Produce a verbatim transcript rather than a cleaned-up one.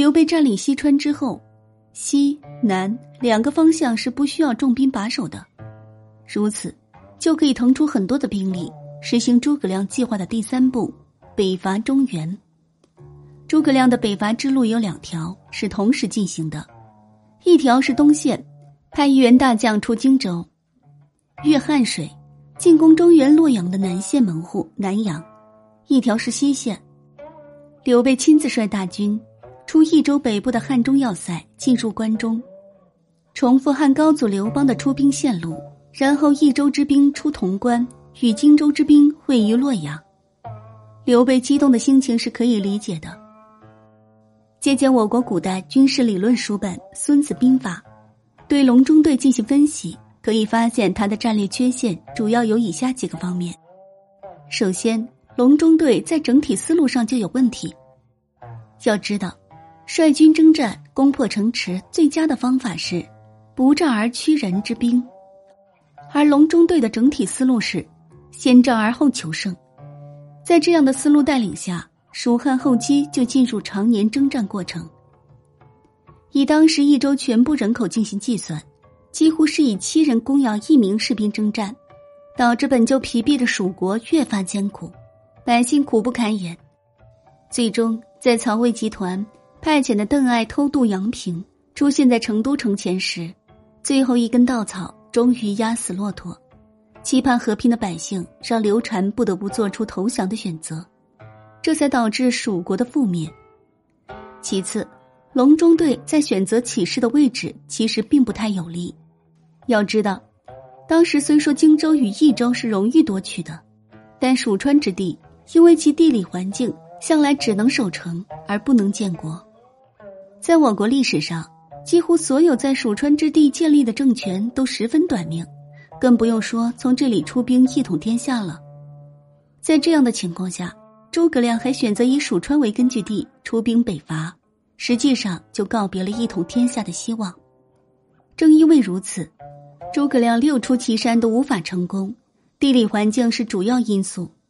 刘备占领西川之后，西南两个方向是不需要重兵把守的，如此就可以腾出很多的兵力，实行诸葛亮计划的第三步，北伐中原。诸葛亮的北伐之路有两条是同时进行的，一条是东线，派一员大将出荆州，越汉水，进攻中原洛阳的南线门户南阳；一条是西线，刘备亲自率大军出益州北部的汉中要塞，进入关中，重复汉高祖刘邦的出兵线路，然后益州之兵出潼关，与荆州之兵会于洛阳。刘备激动的心情是可以理解的。借鉴我国古代军事理论书本《孙子兵法》，对隆中对进行分析，可以发现他的战略缺陷主要有以下几个方面。首先，隆中对在整体思路上就有问题。要知道，率军征战攻破城池最佳的方法是不战而屈人之兵，而隆中对的整体思路是先战而后求胜。在这样的思路带领下，蜀汉后期就进入常年征战过程。以当时益州全部人口进行计算，几乎是以七人供养一名士兵征战，导致本就疲惫的蜀国越发艰苦，百姓苦不堪言。最终在曹魏集团派遣的邓艾偷渡阳平出现在成都城前时，最后一根稻草终于压死骆驼。期盼和平的百姓让刘禅不得不做出投降的选择，这才导致蜀国的覆灭。其次，隆中对在选择起事的位置其实并不太有利。要知道，当时虽说荆州与益州是容易夺取的，但蜀川之地因为其地理环境向来只能守城而不能建国。在我国历史上，几乎所有在蜀川之地建立的政权都十分短命，更不用说从这里出兵一统天下了。在这样的情况下，诸葛亮还选择以蜀川为根据地出兵北伐，实际上就告别了一统天下的希望。正因为如此，诸葛亮六出祁山都无法成功，地理环境是主要因素。